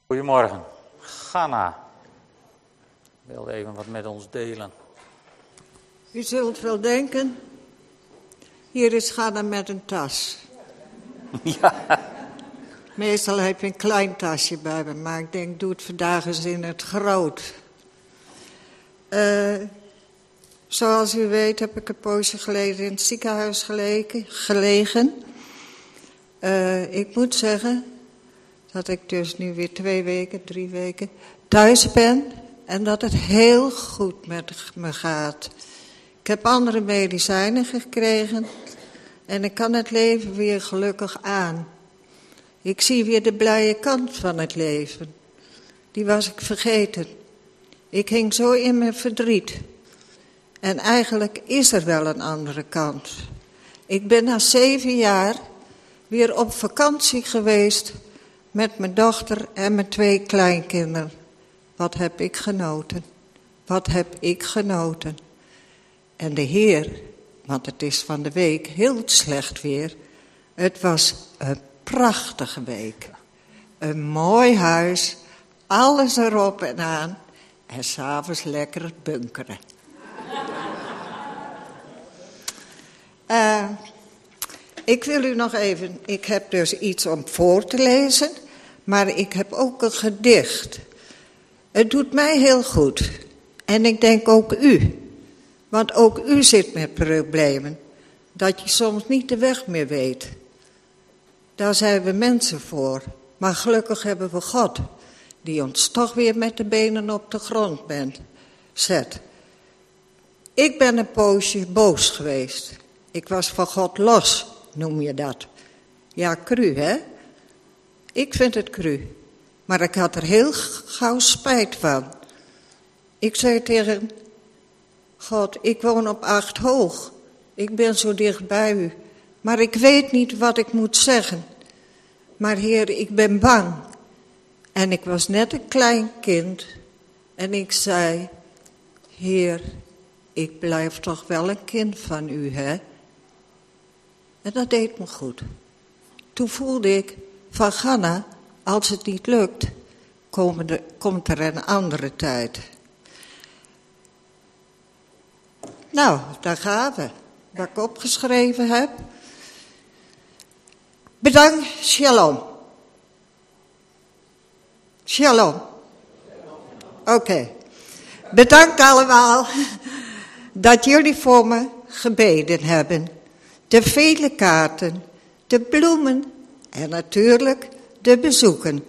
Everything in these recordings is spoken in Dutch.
Goedemorgen. Ganna wil even wat met ons delen. U zult wel denken, hier is Ganna met een tas. Ja. Meestal heb je een klein tasje bij me, maar ik denk, doe het vandaag eens in het groot. Zoals u weet heb ik een poosje geleden in het ziekenhuis gelegen. Ik moet zeggen dat ik dus nu weer 3 weken thuis ben en dat het heel goed met me gaat. Ik heb andere medicijnen gekregen en ik kan het leven weer gelukkig aan. Ik zie weer de blije kant van het leven. Die was ik vergeten. Ik hing zo in mijn verdriet. En eigenlijk is er wel een andere kant. Ik ben na 7 jaar weer op vakantie geweest met mijn dochter en mijn 2 kleinkinderen. Wat heb ik genoten. Wat heb ik genoten. En de Heer, want het is van de week heel slecht weer. Het was een prachtige week. Een mooi huis, alles erop en aan. En 's avonds lekker bunkeren. Ik wil u nog even, ik heb dus iets om voor te lezen, maar ik heb ook een gedicht. Het doet mij heel goed. En ik denk ook u. Want ook u zit met problemen. Dat je soms niet de weg meer weet. Daar zijn we mensen voor. Maar gelukkig hebben we God. Die ons toch weer met de benen op de grond zet. Ik ben een poosje boos geweest. Ik was van God los, noem je dat. Ja, cru, hè? Ik vind het cru. Maar ik had er heel gauw spijt van. Ik zei tegen God, ik woon op 8 hoog. Ik ben zo dicht bij u. Maar ik weet niet wat ik moet zeggen. Maar Heer, ik ben bang. En ik was net een klein kind. En ik zei, Heer, ik blijf toch wel een kind van u, hè? En dat deed me goed. Toen voelde ik van Ganna, als het niet lukt, komt er een andere tijd. Nou, daar gaan we. Wat ik opgeschreven heb. Bedankt, shalom. Shalom. Oké. Bedankt allemaal dat jullie voor me gebeden hebben. De vele kaarten, de bloemen en natuurlijk de bezoeken.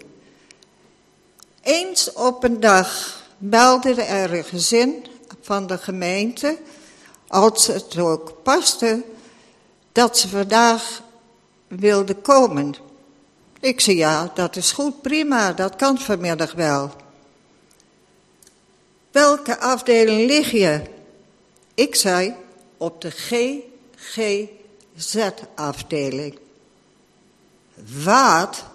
Eens op een dag belde er een gezin van de gemeente, als het ook paste, dat ze vandaag wilden komen. Ik zei ja, dat is goed, prima, dat kan vanmiddag wel. Welke afdeling lig je? Ik zei op de GGZ-afdeling. Wat?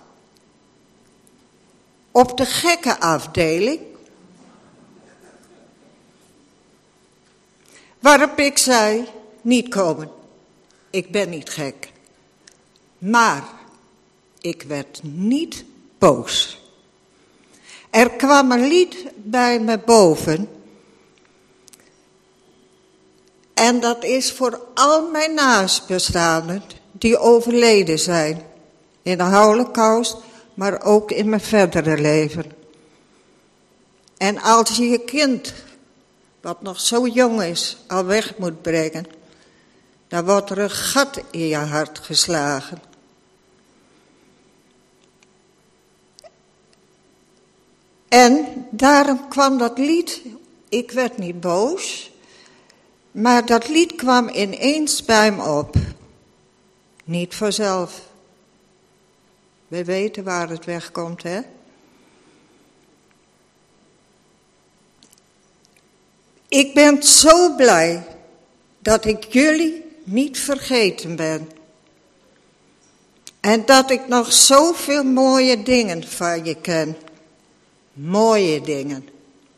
Op de gekke afdeling? Waarop ik zei, niet komen. Ik ben niet gek. Maar ik werd niet boos. Er kwam een lied bij me boven. En dat is voor al mijn naastbestaanden die overleden zijn. In de Holocaust, maar ook in mijn verdere leven. En als je je kind, wat nog zo jong is, al weg moet brengen, dan wordt er een gat in je hart geslagen. En daarom kwam dat lied, ik werd niet boos, maar dat lied kwam ineens bij me op. Niet vanzelf. We weten waar het wegkomt, hè? Ik ben zo blij dat ik jullie niet vergeten ben. En dat ik nog zoveel mooie dingen van je ken. Mooie dingen.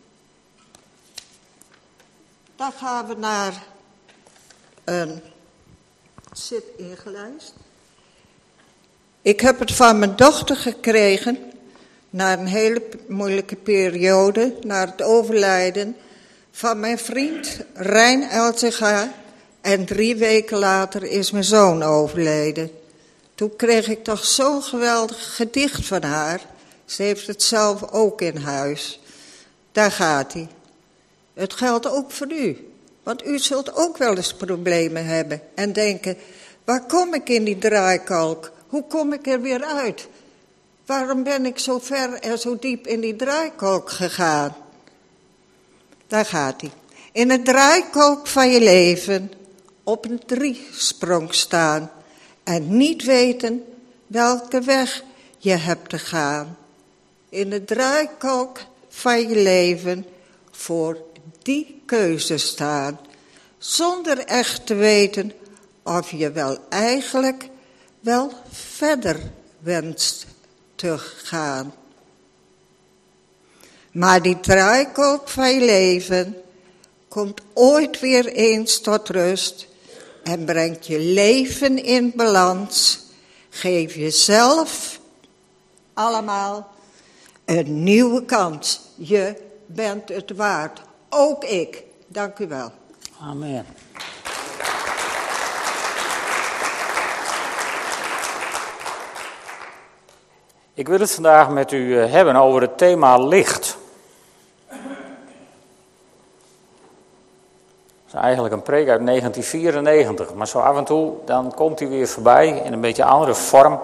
Dan gaan we naar een zit ingelijst. Ik heb het van mijn dochter gekregen na een hele moeilijke periode, na het overlijden van mijn vriend Rijn Elzega. En 3 weken later is mijn zoon overleden. Toen kreeg ik toch zo'n geweldig gedicht van haar. Ze heeft het zelf ook in huis. Daar gaat hij. Het geldt ook voor u. Want u zult ook wel eens problemen hebben. En denken, waar kom ik in die draaikolk? Hoe kom ik er weer uit? Waarom ben ik zo ver en zo diep in die draaikolk gegaan? Daar gaat hij. In het draaikolk van je leven op een 3-sprong staan. En niet weten welke weg je hebt te gaan. In het draaikolk van je leven voor die keuze staan. Zonder echt te weten of je wel eigenlijk wel verder wenst te gaan. Maar die draaikolk van je leven komt ooit weer eens tot rust en brengt je leven in balans. Geef jezelf allemaal een nieuwe kans. Je bent het waard. Ook ik. Dank u wel. Amen. Ik wil het vandaag met u hebben over het thema licht. Dat is eigenlijk een preek uit 1994, maar zo af en toe dan komt hij weer voorbij in een beetje andere vorm.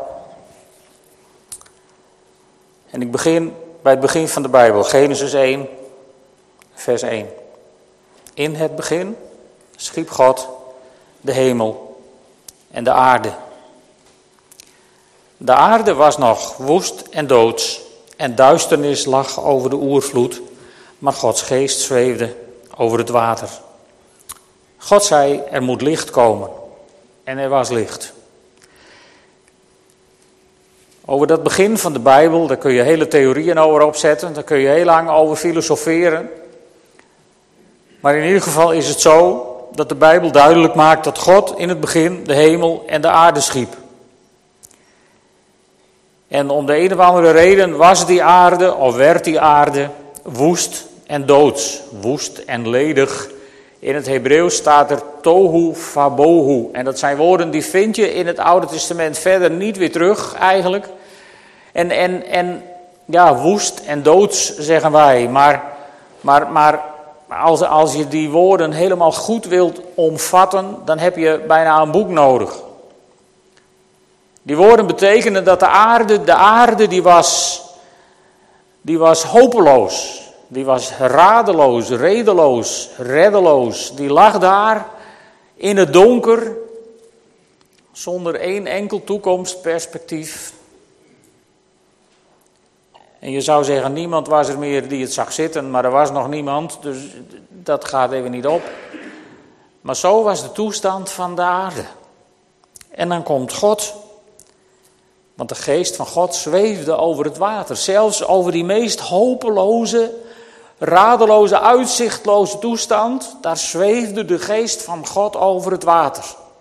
En ik begin bij het begin van de Bijbel, Genesis 1, vers 1. In het begin schiep God de hemel en de aarde. De aarde was nog woest en doods en duisternis lag over de oervloed, maar Gods geest zweefde over het water. God zei, er moet licht komen. En er was licht. Over dat begin van de Bijbel, daar kun je hele theorieën over opzetten. Daar kun je heel lang over filosoferen. Maar in ieder geval is het zo dat de Bijbel duidelijk maakt dat God in het begin de hemel en de aarde schiep. En om de een of andere reden was die aarde, of werd die aarde, woest en doods. Woest en ledig. In het Hebreeuws staat er tohu vabohu. En dat zijn woorden die vind je in het Oude Testament verder niet weer terug eigenlijk. En ja, woest en doods zeggen wij. Maar als je die woorden helemaal goed wilt omvatten, dan heb je bijna een boek nodig. Die woorden betekenen dat de aarde die was hopeloos. Die was radeloos, redeloos, reddeloos. Die lag daar in het donker, zonder één enkel toekomstperspectief. En je zou zeggen, niemand was er meer die het zag zitten, maar er was nog niemand, dus dat gaat even niet op. Maar zo was de toestand van de aarde. En dan komt God, want de geest van God zweefde over het water, zelfs over die meest hopeloze, radeloze, uitzichtloze toestand, daar zweefde de geest van God over het water.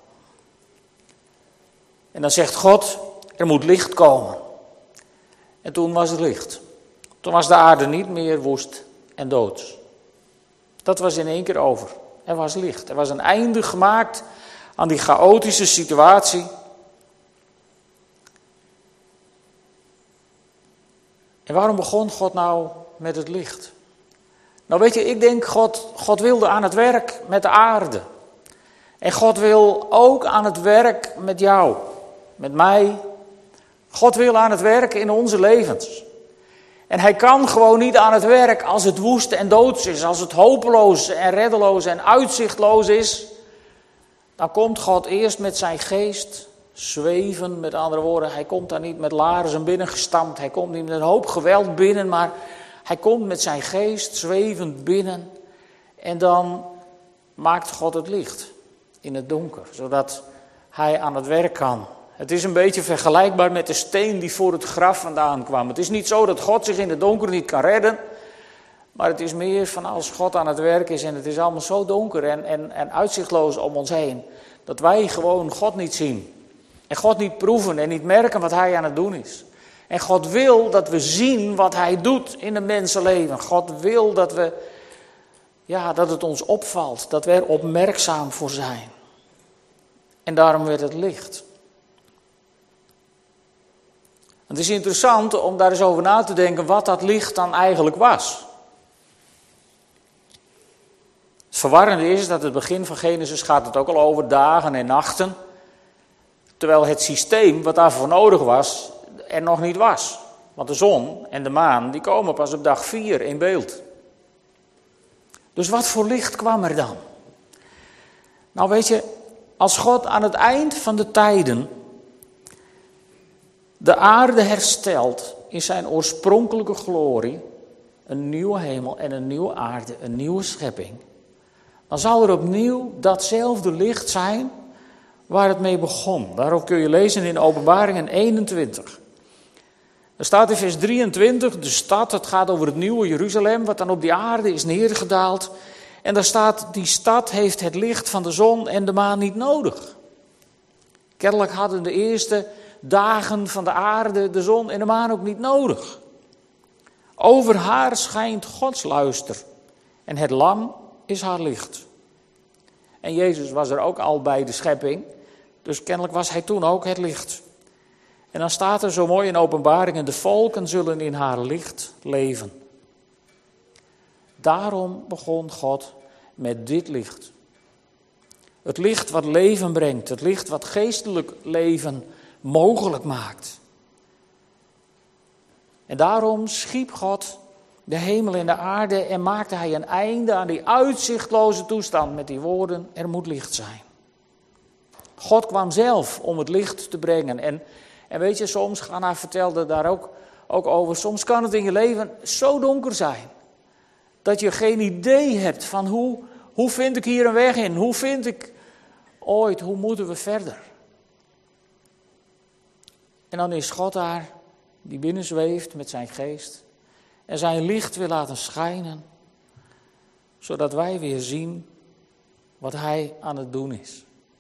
En dan zegt God, er moet licht komen. En toen was er licht. Toen was de aarde niet meer woest en doods. Dat was in één keer over. Er was licht. Er was een einde gemaakt aan die chaotische situatie. En waarom begon God nou met het licht? Nou weet je, ik denk God wilde aan het werk met de aarde. En God wil ook aan het werk met jou, met mij. God wil aan het werk in onze levens. En hij kan gewoon niet aan het werk als het woest en doods is, als het hopeloos en reddeloos en uitzichtloos is. Dan komt God eerst met zijn geest zweven, met andere woorden, hij komt daar niet met laarzen binnengestampt, hij komt niet met een hoop geweld binnen, maar hij komt met zijn geest zwevend binnen en dan maakt God het licht in het donker, zodat hij aan het werk kan. Het is een beetje vergelijkbaar met de steen die voor het graf vandaan kwam. Het is niet zo dat God zich in het donker niet kan redden, maar het is meer van als God aan het werk is en het is allemaal zo donker en uitzichtloos om ons heen, dat wij gewoon God niet zien. En God niet proeven en niet merken wat hij aan het doen is. En God wil dat we zien wat hij doet in een mensenleven. God wil dat dat het ons opvalt, dat we er opmerkzaam voor zijn. En daarom werd het licht. Het is interessant om daar eens over na te denken wat dat licht dan eigenlijk was. Het verwarrende is dat het begin van Genesis gaat het ook al over dagen en nachten. Terwijl het systeem wat daarvoor nodig was, er nog niet was. Want de zon en de maan die komen pas op dag 4 in beeld. Dus wat voor licht kwam er dan? Nou weet je, als God aan het eind van de tijden de aarde herstelt in zijn oorspronkelijke glorie, een nieuwe hemel en een nieuwe aarde, een nieuwe schepping, dan zal er opnieuw datzelfde licht zijn waar het mee begon. Daarop kun je lezen in Openbaringen 21. Er staat in vers 23, de stad, het gaat over het nieuwe Jeruzalem, wat dan op die aarde is neergedaald. En daar staat, die stad heeft het licht van de zon en de maan niet nodig. Kennelijk hadden de eerste dagen van de aarde de zon en de maan ook niet nodig. Over haar schijnt Gods luister en het lam is haar licht. En Jezus was er ook al bij de schepping, dus kennelijk was hij toen ook het licht. En dan staat er zo mooi in Openbaringen, de volken zullen in haar licht leven. Daarom begon God met dit licht. Het licht wat leven brengt, het licht wat geestelijk leven mogelijk maakt. En daarom schiep God de hemel en de aarde en maakte hij een einde aan die uitzichtloze toestand met die woorden, er moet licht zijn. God kwam zelf om het licht te brengen. En weet je, soms, Ganna vertelde daar ook over, soms kan het in je leven zo donker zijn, dat je geen idee hebt van hoe vind ik hier een weg in, hoe vind ik ooit, hoe moeten we verder. En dan is God daar, die binnenzweeft met zijn geest en zijn licht wil laten schijnen, zodat wij weer zien wat hij aan het doen is.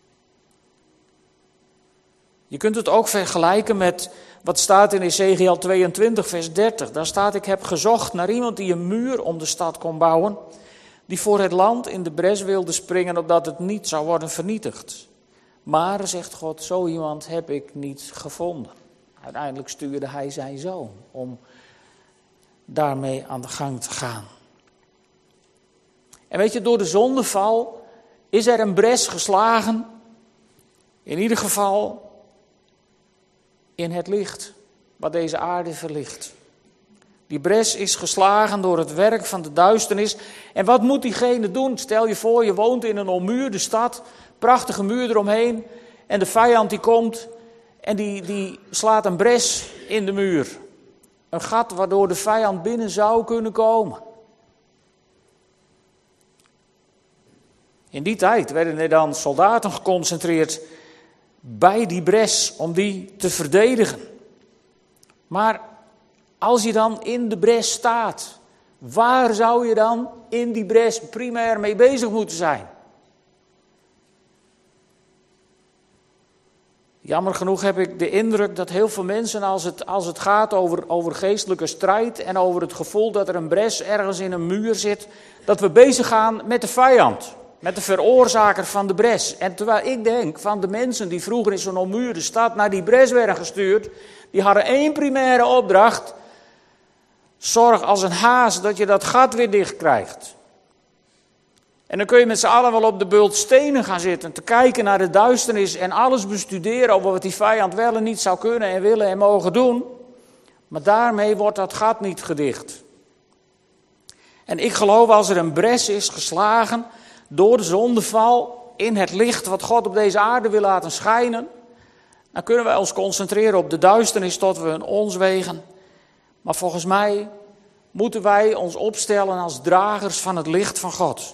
Je kunt het ook vergelijken met wat staat in Ezechiël 22 vers 30. Daar staat, ik heb gezocht naar iemand die een muur om de stad kon bouwen, die voor het land in de bres wilde springen, opdat het niet zou worden vernietigd. Maar, zegt God, zo iemand heb ik niet gevonden. Uiteindelijk stuurde hij zijn zoon om daarmee aan de gang te gaan. En weet je, door de zondeval is er een bres geslagen, in ieder geval in het licht wat deze aarde verlicht. Die bres is geslagen door het werk van de duisternis. En wat moet diegene doen? Stel je voor, je woont in een ommuurde stad, prachtige muur eromheen, en de vijand die komt en die slaat een bres in de muur. Een gat waardoor de vijand binnen zou kunnen komen. In die tijd werden er dan soldaten geconcentreerd bij die bres om die te verdedigen. Maar als je dan in de bres staat, waar zou je dan in die bres primair mee bezig moeten zijn? Jammer genoeg heb ik de indruk dat heel veel mensen, als het gaat over geestelijke strijd en over het gevoel dat er een bres ergens in een muur zit, dat we bezig gaan met de vijand, met de veroorzaker van de bres. En terwijl ik denk van de mensen die vroeger in zo'n ommuurde stad naar die bres werden gestuurd, die hadden één primaire opdracht: zorg als een haas dat je dat gat weer dicht krijgt. En dan kun je met z'n allen wel op de bult stenen gaan zitten, te kijken naar de duisternis en alles bestuderen over wat die vijand wel en niet zou kunnen en willen en mogen doen. Maar daarmee wordt dat gat niet gedicht. En ik geloof, als er een bres is geslagen door de zondeval in het licht wat God op deze aarde wil laten schijnen, dan kunnen wij ons concentreren op de duisternis tot we ons wegen. Maar volgens mij moeten wij ons opstellen als dragers van het licht van God.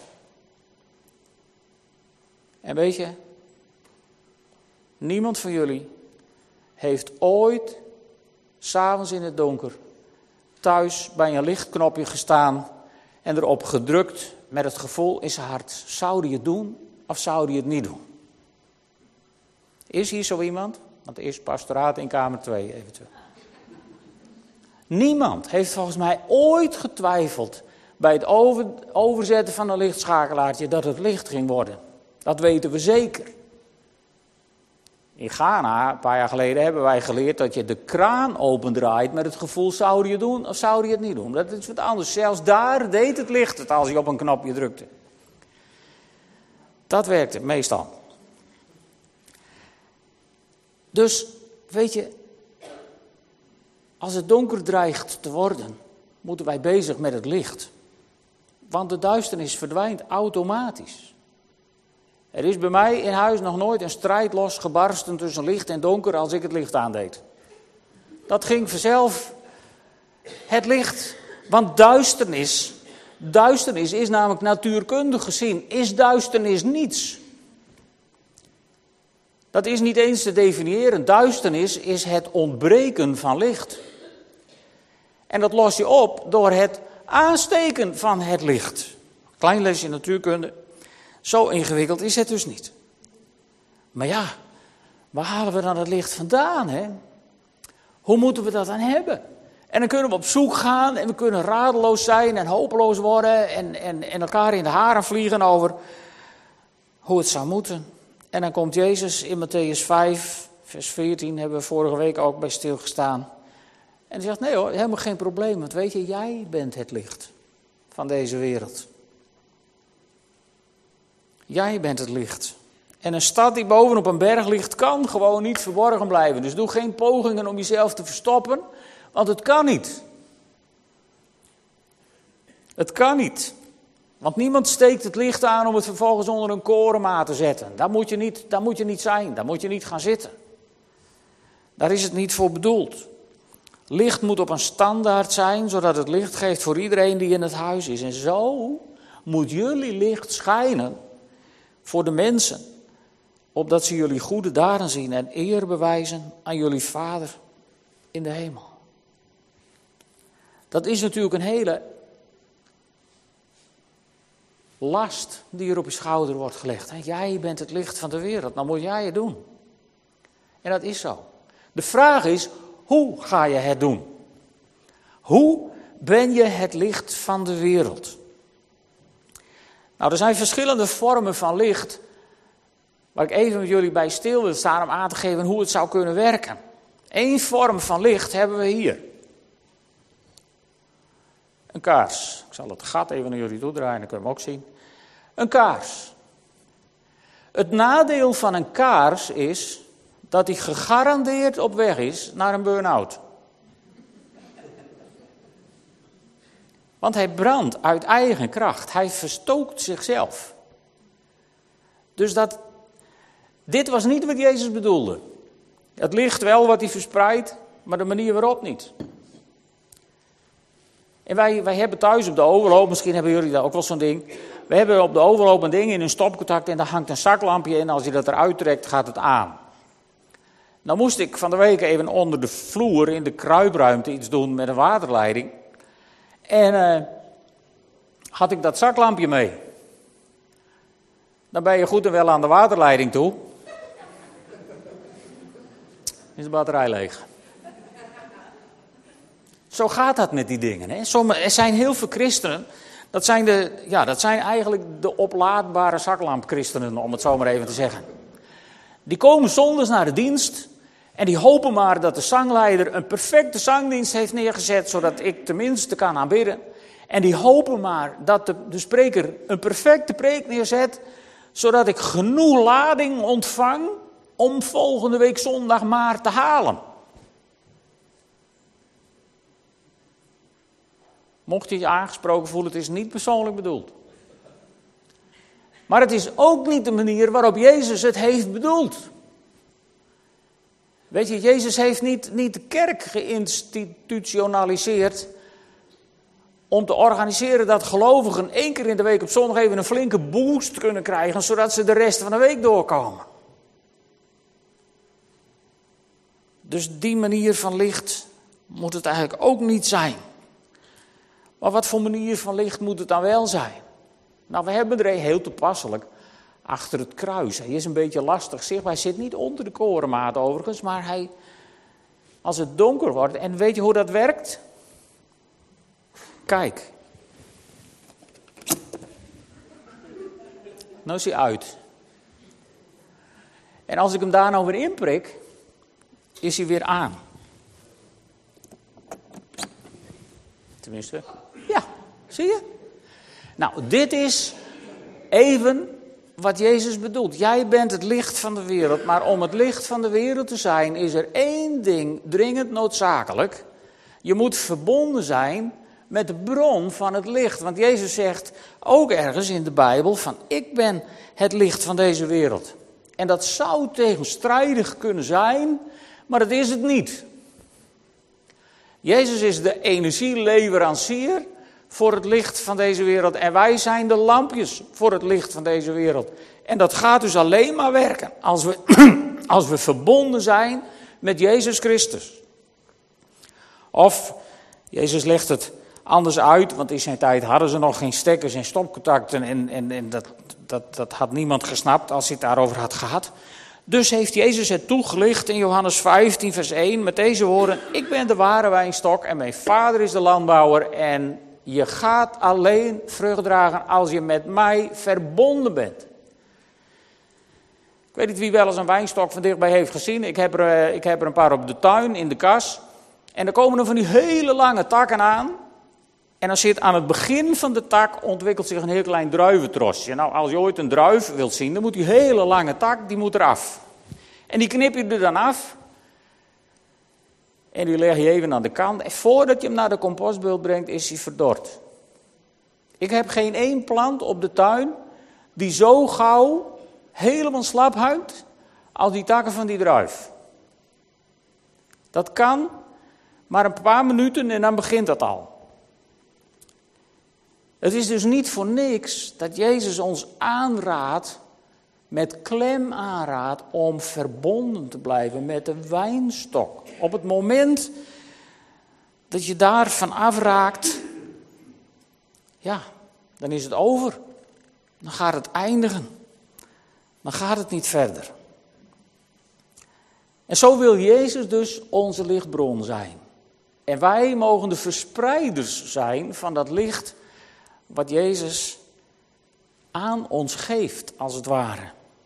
En weet je, niemand van jullie heeft ooit 's avonds in het donker thuis bij een lichtknopje gestaan en erop gedrukt met het gevoel in zijn hart: zou die het doen of zou die het niet doen? Is hier zo iemand? Want er is pastoraat in kamer 2 eventueel. Niemand heeft volgens mij ooit getwijfeld bij het overzetten van een lichtschakelaartje dat het licht ging worden. Dat weten we zeker. In Ghana, een paar jaar geleden, hebben wij geleerd dat je de kraan opendraait met het gevoel, zou je het doen of zou je het niet doen? Dat is wat anders. Zelfs daar deed het licht het als je op een knopje drukte. Dat werkte meestal. Dus, weet je, als het donker dreigt te worden, moeten wij bezig met het licht. Want de duisternis verdwijnt automatisch. Er is bij mij in huis nog nooit een strijd losgebarsten tussen licht en donker als ik het licht aandeed. Dat ging vanzelf. Het licht, want duisternis is namelijk natuurkundig gezien, is duisternis niets. Dat is niet eens te definiëren. Duisternis is het ontbreken van licht. En dat los je op door het aansteken van het licht. Klein lesje natuurkunde. Zo ingewikkeld is het dus niet. Maar ja, waar halen we dan het licht vandaan, hè? Hoe moeten we dat dan hebben? En dan kunnen we op zoek gaan en we kunnen radeloos zijn en hopeloos worden en elkaar in de haren vliegen over hoe het zou moeten. En dan komt Jezus in Mattheüs 5, vers 14, hebben we vorige week ook bij stilgestaan. En hij zegt, nee hoor, helemaal geen probleem, want weet je, jij bent het licht van deze wereld. Jij bent het licht. En een stad die bovenop een berg ligt, kan gewoon niet verborgen blijven. Dus doe geen pogingen om jezelf te verstoppen, want het kan niet. Het kan niet. Want niemand steekt het licht aan om het vervolgens onder een korenmaat te zetten. Daar moet je niet zijn, daar moet je niet gaan zitten. Daar is het niet voor bedoeld. Licht moet op een standaard zijn, zodat het licht geeft voor iedereen die in het huis is. En zo moet jullie licht schijnen voor de mensen, opdat ze jullie goede daden zien en eer bewijzen aan jullie Vader in de hemel. Dat is natuurlijk een hele last die er op je schouder wordt gelegd. Jij bent het licht van de wereld, nou moet jij het doen. En dat is zo. De vraag is, hoe ga je het doen? Hoe ben je het licht van de wereld? Nou, er zijn verschillende vormen van licht, waar ik even met jullie bij stil wil staan om aan te geven hoe het zou kunnen werken. Eén vorm van licht hebben we hier. Een kaars. Ik zal het gat even naar jullie toe draaien, dan kunnen we ook zien. Een kaars. Het nadeel van een kaars is dat hij gegarandeerd op weg is naar een burn-out. Want hij brandt uit eigen kracht. Hij verstookt zichzelf. Dus dit was niet wat Jezus bedoelde. Het licht wel wat hij verspreidt, maar de manier waarop niet. En wij hebben thuis op de overloop, misschien hebben jullie daar ook wel zo'n ding. We hebben op de overloop een ding in een stopcontact en daar hangt een zaklampje in. Als je dat eruit trekt, gaat het aan. Nou moest ik van de week even onder de vloer in de kruipruimte iets doen met een waterleiding. En had ik dat zaklampje mee. Dan ben je goed en wel aan de waterleiding toe. Is de batterij leeg. Zo gaat dat met die dingen. Hè? Er zijn heel veel christenen. Dat zijn eigenlijk de oplaadbare zaklampchristenen, om het zo maar even te zeggen. Die komen zondags naar de dienst. En die hopen maar dat de zangleider een perfecte zangdienst heeft neergezet, zodat ik tenminste kan aanbidden. En die hopen maar dat de spreker een perfecte preek neerzet, zodat ik genoeg lading ontvang om volgende week zondag maar te halen. Mocht je je aangesproken voelen, het is niet persoonlijk bedoeld. Maar het is ook niet de manier waarop Jezus het heeft bedoeld. Weet je, Jezus heeft niet de kerk geïnstitutionaliseerd om te organiseren dat gelovigen 1 keer in de week op zondag even een flinke boost kunnen krijgen, zodat ze de rest van de week doorkomen. Dus die manier van licht moet het eigenlijk ook niet zijn. Maar wat voor manier van licht moet het dan wel zijn? Nou, we hebben er een heel toepasselijk achter het kruis. Hij is een beetje lastig zichtbaar. Hij zit niet onder de korenmaat overigens, maar als het donker wordt, en weet je hoe dat werkt? Kijk. Nou is hij uit. En als ik hem daar nou weer inprik, is hij weer aan. Tenminste, ja, zie je? Nou, dit is even wat Jezus bedoelt. Jij bent het licht van de wereld, maar om het licht van de wereld te zijn is er één ding dringend noodzakelijk. Je moet verbonden zijn met de bron van het licht. Want Jezus zegt ook ergens in de Bijbel van ik ben het licht van deze wereld. En dat zou tegenstrijdig kunnen zijn, maar dat is het niet. Jezus is de energieleverancier voor het licht van deze wereld. En wij zijn de lampjes voor het licht van deze wereld. En dat gaat dus alleen maar werken als we verbonden zijn met Jezus Christus. Of, Jezus legt het anders uit, want in zijn tijd hadden ze nog geen stekkers en stopcontacten. En dat had niemand gesnapt als hij het daarover had gehad. Dus heeft Jezus het toegelicht in Johannes 15 vers 1 met deze woorden. Ik ben de ware wijnstok en mijn vader is de landbouwer. En je gaat alleen vrucht dragen als je met mij verbonden bent. Ik weet niet wie wel eens een wijnstok van dichtbij heeft gezien. Ik heb er een paar op de tuin, in de kas. En er komen er van die hele lange takken aan. En dan zit aan het begin van de tak ontwikkelt zich een heel klein druiventrosje. Nou, als je ooit een druif wilt zien, dan moet die hele lange tak, die moet eraf. En die knip je er dan af. En die leg je even aan de kant. En voordat je hem naar de compostbult brengt, is hij verdord. Ik heb geen één plant op de tuin die zo gauw helemaal slap huidt als die takken van die druif. Dat kan maar een paar minuten en dan begint dat al. Het is dus niet voor niks dat Jezus ons aanraadt, met klem aanraadt, om verbonden te blijven met de wijnstok. Op het moment dat je daarvan afraakt, ja, dan is het over. Dan gaat het eindigen. Dan gaat het niet verder. En zo wil Jezus dus onze lichtbron zijn. En wij mogen de verspreiders zijn van dat licht wat Jezus aan ons geeft, als het ware.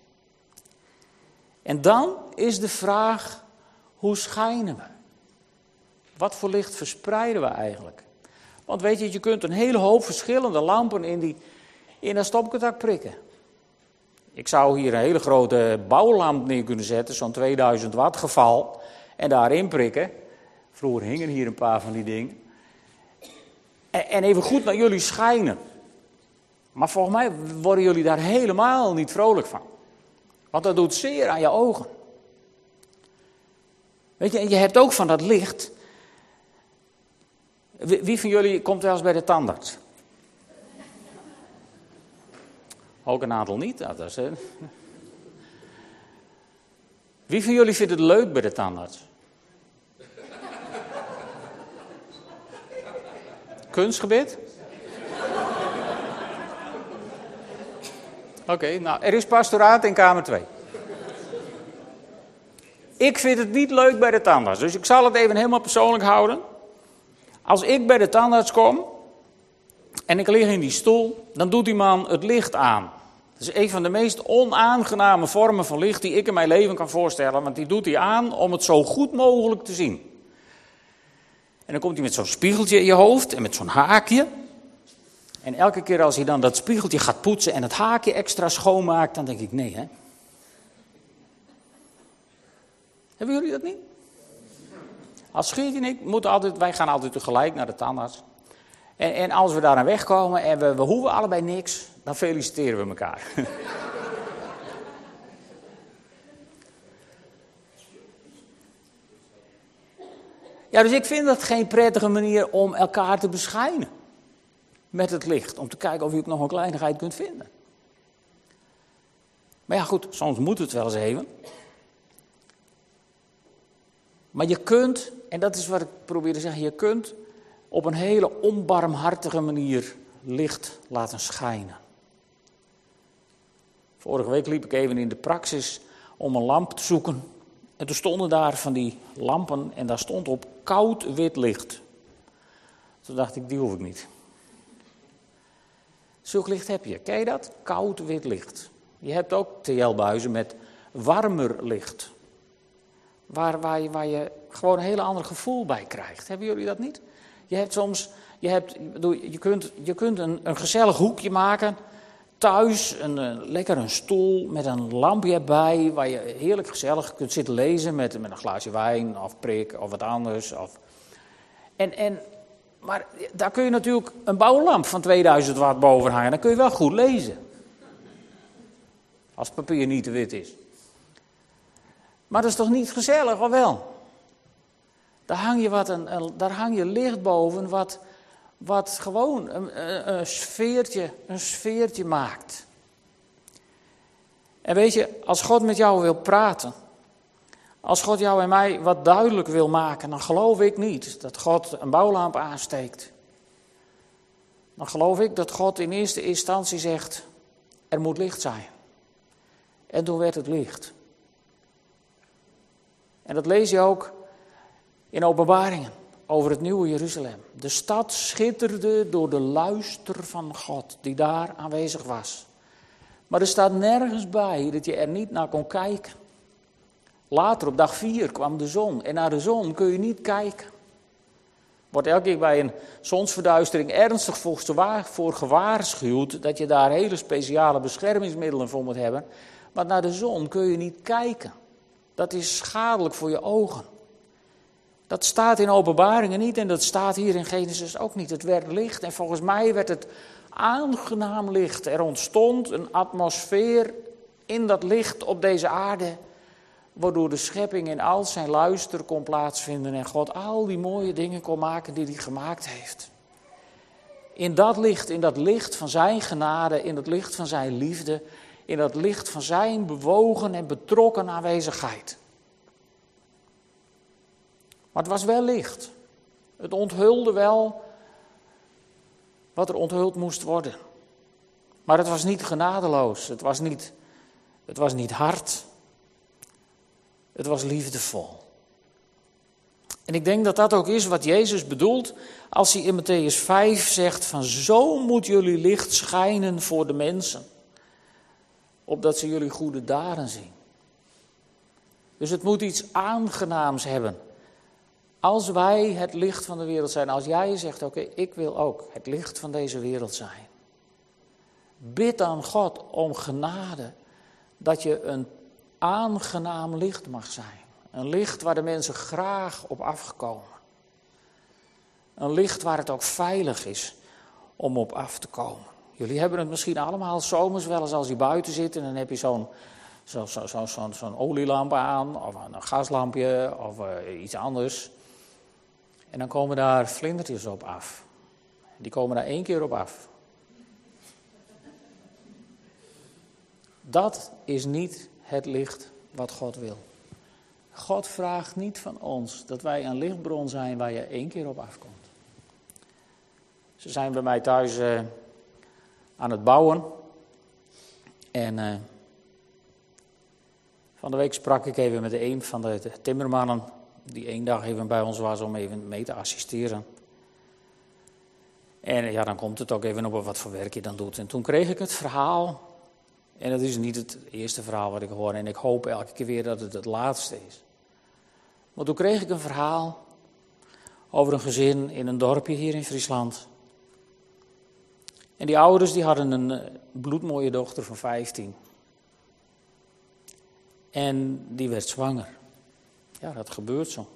En dan is de vraag, hoe schijnen we? Wat voor licht verspreiden we eigenlijk? Want weet je kunt een hele hoop verschillende lampen in dat stopcontact prikken. Ik zou hier een hele grote bouwlamp neer kunnen zetten, zo'n 2000 watt geval, en daarin prikken. Vroeger hingen hier een paar van die dingen. En even goed naar jullie schijnen. Maar volgens mij worden jullie daar helemaal niet vrolijk van. Want dat doet zeer aan je ogen. Weet je, en je hebt ook van dat licht. Wie van jullie komt wel eens bij de tandarts? Ook een aantal niet. Dat is, Wie van jullie vindt het leuk bij de tandarts? Kunstgebit? Oké, nou, er is pastoraat in kamer 2. Ik vind het niet leuk bij de tandarts, dus ik zal het even helemaal persoonlijk houden. Als ik bij de tandarts kom en ik lig in die stoel, dan doet die man het licht aan. Dat is een van de meest onaangename vormen van licht die ik in mijn leven kan voorstellen, want die doet hij aan om het zo goed mogelijk te zien. En dan komt hij met zo'n spiegeltje in je hoofd en met zo'n haakje. En elke keer als hij dan dat spiegeltje gaat poetsen en het haakje extra schoonmaakt, dan denk ik, nee hè. Hebben jullie dat niet? Als Geertje en ik wij gaan altijd tegelijk naar de tandarts. En als we daar aan wegkomen en we hoeven allebei niks, dan feliciteren we elkaar. Ja, dus ik vind dat geen prettige manier om elkaar te beschijnen. Met het licht, om te kijken of u ook nog een kleinigheid kunt vinden. Maar ja goed, soms moet het wel eens even. Maar je kunt, en dat is wat ik probeer te zeggen, je kunt op een hele onbarmhartige manier licht laten schijnen. Vorige week liep ik even in de praxis om een lamp te zoeken. En toen stonden daar van die lampen en daar stond op koud wit licht. Toen dacht ik, die hoef ik niet. Zulk licht heb je. Ken je dat? Koud wit licht. Je hebt ook TL-buizen met warmer licht. Waar je gewoon een heel ander gevoel bij krijgt. Hebben jullie dat niet? Je kunt een gezellig hoekje maken. Thuis lekker een stoel met een lampje erbij. Waar je heerlijk gezellig kunt zitten lezen met een glaasje wijn of prik of wat anders. Maar daar kun je natuurlijk een bouwlamp van 2000 watt boven hangen. Dan kun je wel goed lezen. Als het papier niet te wit is. Maar dat is toch niet gezellig, of wel? Daar hang je licht boven wat gewoon een sfeertje maakt. En weet je, als God met jou wil praten, als God jou en mij wat duidelijk wil maken, dan geloof ik niet dat God een bouwlamp aansteekt. Dan geloof ik dat God in eerste instantie zegt, er moet licht zijn. En toen werd het licht. En dat lees je ook in Openbaringen over het nieuwe Jeruzalem. De stad schitterde door de luister van God die daar aanwezig was. Maar er staat nergens bij dat je er niet naar kon kijken. Later op dag 4 kwam de zon en naar de zon kun je niet kijken. Wordt elke keer bij een zonsverduistering ernstig voor gewaarschuwd dat je daar hele speciale beschermingsmiddelen voor moet hebben. Maar naar de zon kun je niet kijken. Dat is schadelijk voor je ogen. Dat staat in Openbaringen niet en dat staat hier in Genesis ook niet. Het werd licht en volgens mij werd het aangenaam licht. Er ontstond een atmosfeer in dat licht op deze aarde, waardoor de schepping in al zijn luister kon plaatsvinden en God al die mooie dingen kon maken die hij gemaakt heeft. In dat licht van zijn genade, in dat licht van zijn liefde, in dat licht van zijn bewogen en betrokken aanwezigheid. Maar het was wel licht. Het onthulde wel wat er onthuld moest worden. Maar het was niet genadeloos. Het was niet hard. Het was liefdevol. En ik denk dat dat ook is wat Jezus bedoelt als hij in Mattheüs 5 zegt van zo moet jullie licht schijnen voor de mensen. Opdat ze jullie goede daden zien. Dus het moet iets aangenaams hebben. Als wij het licht van de wereld zijn, als jij zegt, oké, ik wil ook het licht van deze wereld zijn. Bid aan God om genade, dat je een aangenaam licht mag zijn. Een licht waar de mensen graag op afkomen. Een licht waar het ook veilig is om op af te komen. Jullie hebben het misschien allemaal zomers wel eens als je buiten zit en dan heb je zo'n olielamp aan of een gaslampje of iets anders. En dan komen daar vlindertjes op af. Die komen daar 1 keer op af. Dat is niet het licht wat God wil. God vraagt niet van ons dat wij een lichtbron zijn waar je 1 keer op afkomt. Ze zijn bij mij thuis aan het bouwen. En van de week sprak ik even met een van de timmermannen die 1 dag even bij ons was om even mee te assisteren. En ja, dan komt het ook even op wat voor werk je dan doet. En toen kreeg ik het verhaal, en dat is niet het eerste verhaal wat ik hoor, en ik hoop elke keer weer dat het het laatste is. Maar toen kreeg ik een verhaal over een gezin in een dorpje hier in Friesland. En die ouders die hadden een bloedmooie dochter van 15. En die werd zwanger. Ja, dat gebeurt soms.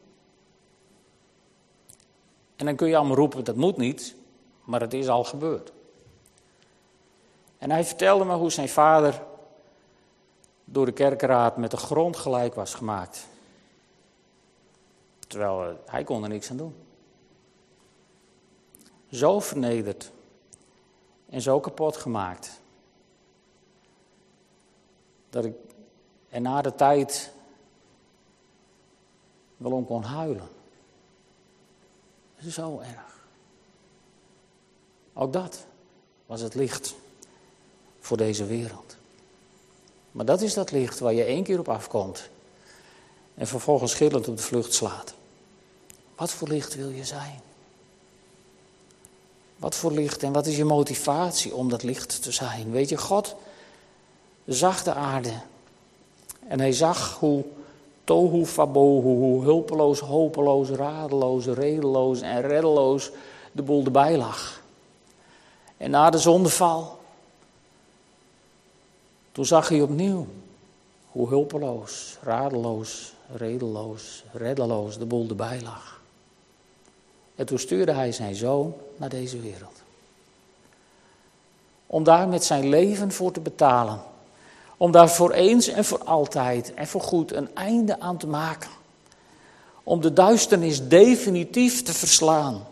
En dan kun je allemaal roepen, dat moet niet, maar het is al gebeurd. En hij vertelde me hoe zijn vader door de kerkenraad met de grond gelijk was gemaakt. Terwijl hij kon er niks aan doen. Zo vernederd en zo kapot gemaakt. Dat ik er na de tijd wel om kon huilen. Zo erg. Ook dat was het licht voor deze wereld. Maar dat is dat licht waar je 1 keer op afkomt en vervolgens gillend op de vlucht slaat. Wat voor licht wil je zijn? Wat voor licht en wat is je motivatie om dat licht te zijn? Weet je, God zag de aarde. En hij zag hoe tohu vabohu, hoe hulpeloos, hopeloos, radeloos, redeloos en reddeloos de boel erbij lag. En na de zondeval, toen zag hij opnieuw hoe hulpeloos, radeloos, redeloos, reddeloos de boel erbij lag. En toen stuurde hij zijn zoon naar deze wereld. Om daar met zijn leven voor te betalen. Om daar voor eens en voor altijd en voor goed een einde aan te maken. Om de duisternis definitief te verslaan.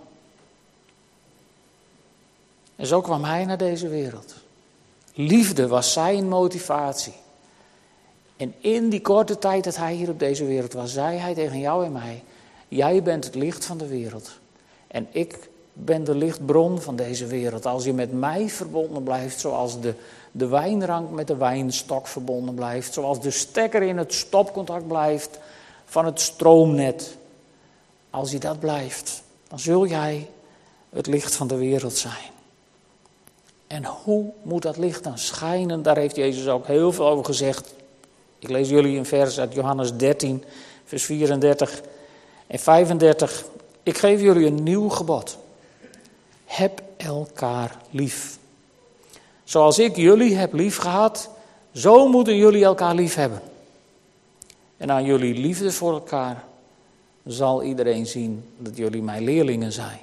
En zo kwam hij naar deze wereld. Liefde was zijn motivatie. En in die korte tijd dat hij hier op deze wereld was, zei hij tegen jou en mij: jij bent het licht van de wereld. En ik ben de lichtbron van deze wereld. Als je met mij verbonden blijft, zoals de wijnrank met de wijnstok verbonden blijft. Zoals de stekker in het stopcontact blijft van het stroomnet. Als je dat blijft, dan zul jij het licht van de wereld zijn. En hoe moet dat licht dan schijnen? Daar heeft Jezus ook heel veel over gezegd. Ik lees jullie een vers uit Johannes 13, vers 34 en 35. Ik geef jullie een nieuw gebod. Heb elkaar lief. Zoals ik jullie heb lief gehad, zo moeten jullie elkaar lief hebben. En aan jullie liefde voor elkaar zal iedereen zien dat jullie mijn leerlingen zijn.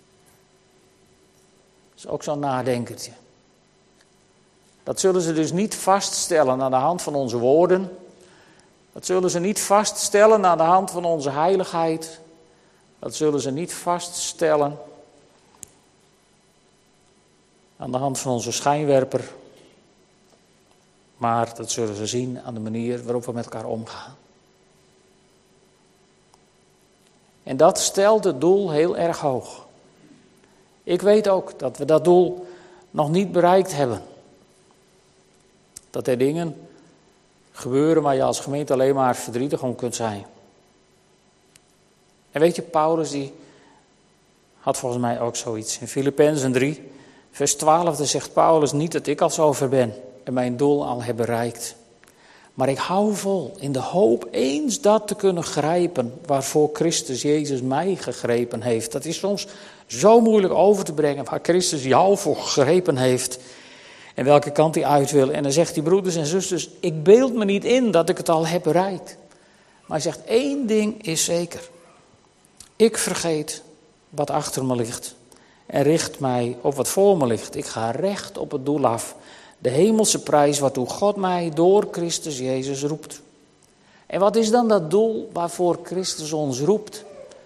Dat is ook zo'n nadenkertje. Dat zullen ze dus niet vaststellen aan de hand van onze woorden. Dat zullen ze niet vaststellen aan de hand van onze heiligheid. Dat zullen ze niet vaststellen aan de hand van onze schijnwerper. Maar dat zullen ze zien aan de manier waarop we met elkaar omgaan. En dat stelt het doel heel erg hoog. Ik weet ook dat we dat doel nog niet bereikt hebben. Dat er dingen gebeuren waar je als gemeente alleen maar verdrietig om kunt zijn. En weet je, Paulus die had volgens mij ook zoiets. In Filippenzen 3, vers 12 zegt Paulus: niet dat ik al zover ben en mijn doel al heb bereikt. Maar ik hou vol in de hoop eens dat te kunnen grijpen waarvoor Christus Jezus mij gegrepen heeft. Dat is soms zo moeilijk over te brengen, waar Christus jou voor gegrepen heeft. En welke kant hij uit wil. En dan zegt hij: broeders en zusters, ik beeld me niet in dat ik het al heb bereikt. Maar hij zegt: één ding is zeker. Ik vergeet wat achter me ligt. En richt mij op wat voor me ligt. Ik ga recht op het doel af. De hemelse prijs waartoe God mij door Christus Jezus roept. En wat is dan dat doel waarvoor Christus ons roept?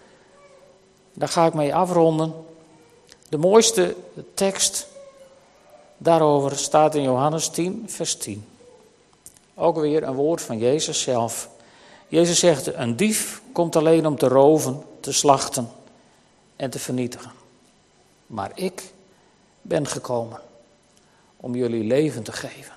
Daar ga ik mee afronden. De mooiste tekst daarover staat in Johannes 10, vers 10. Ook weer een woord van Jezus zelf. Jezus zegt: een dief komt alleen om te roven, te slachten en te vernietigen. Maar ik ben gekomen om jullie leven te geven.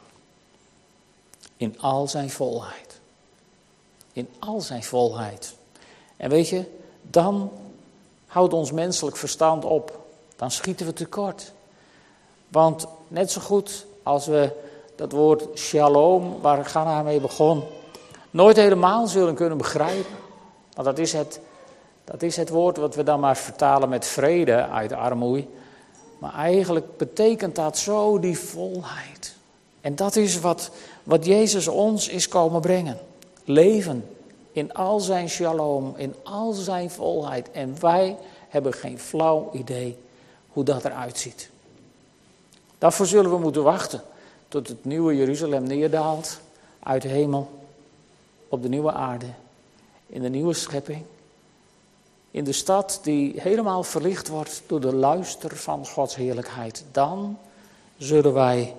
In al zijn volheid. In al zijn volheid. En weet je, dan houdt ons menselijk verstand op. Dan schieten we tekort. Want net zo goed als we dat woord shalom, waar Ganna mee begon, nooit helemaal zullen kunnen begrijpen. Want dat is het woord wat we dan maar vertalen met vrede uit de armoei. Maar eigenlijk betekent dat zo die volheid. En dat is wat Jezus ons is komen brengen. Leven in al zijn shalom, in al zijn volheid. En wij hebben geen flauw idee hoe dat eruit ziet. Daarvoor zullen we moeten wachten tot het nieuwe Jeruzalem neerdaalt uit de hemel op de nieuwe aarde, in de nieuwe schepping. In de stad die helemaal verlicht wordt door de luister van Gods heerlijkheid. Dan zullen wij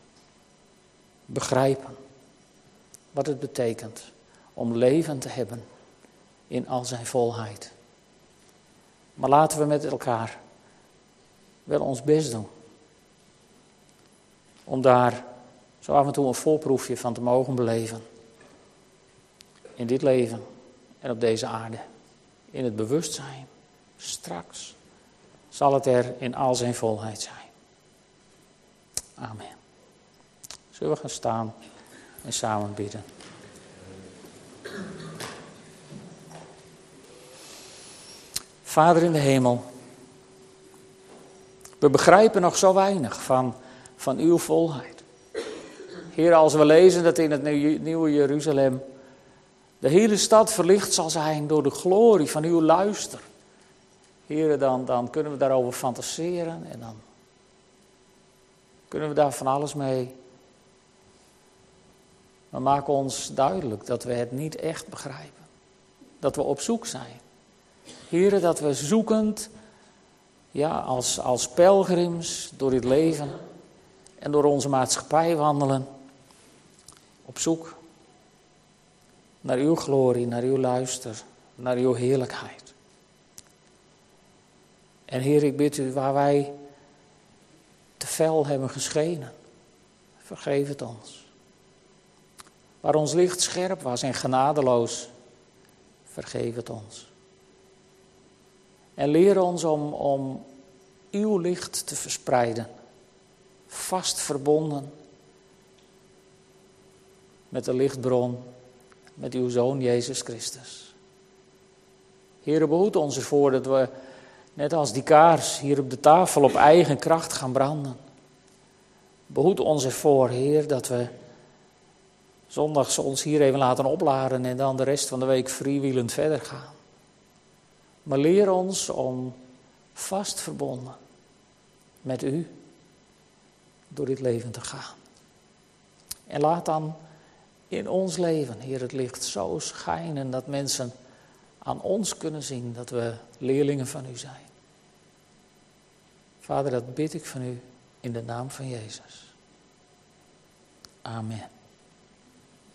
begrijpen wat het betekent om leven te hebben in al zijn volheid. Maar laten we met elkaar wel ons best doen om daar zo af en toe een voorproefje van te mogen beleven. In dit leven en op deze aarde. In het bewustzijn, straks zal het er in al zijn volheid zijn. Amen. Zullen we gaan staan en samen bidden. Vader in de hemel, we begrijpen nog zo weinig van uw volheid. Heer, als we lezen dat in het nieuwe Jeruzalem de hele stad verlicht zal zijn door de glorie van uw luister. Heer, dan kunnen we daarover fantaseren en dan kunnen we daar van alles mee. Maar maak ons duidelijk dat we het niet echt begrijpen. Dat we op zoek zijn. Heer, dat we zoekend, als pelgrims door dit leven en door onze maatschappij wandelen. Op zoek naar uw glorie, naar uw luister, naar uw heerlijkheid. En Heer, ik bid u, waar wij te fel hebben geschenen, vergeef het ons. Waar ons licht scherp was en genadeloos, vergeef het ons. En leer ons om uw licht te verspreiden, vast verbonden met de lichtbron, met uw Zoon Jezus Christus. Heere, behoed ons ervoor dat we, net als die kaars hier op de tafel, op eigen kracht gaan branden. Behoed ons ervoor, Heer, dat we zondags ons hier even laten opladen en dan de rest van de week freewheelend verder gaan. Maar leer ons om vast verbonden met u door dit leven te gaan. En laat dan in ons leven, Heer, het licht zo schijnen dat mensen aan ons kunnen zien dat we leerlingen van u zijn. Vader, dat bid ik van u in de naam van Jezus. Amen.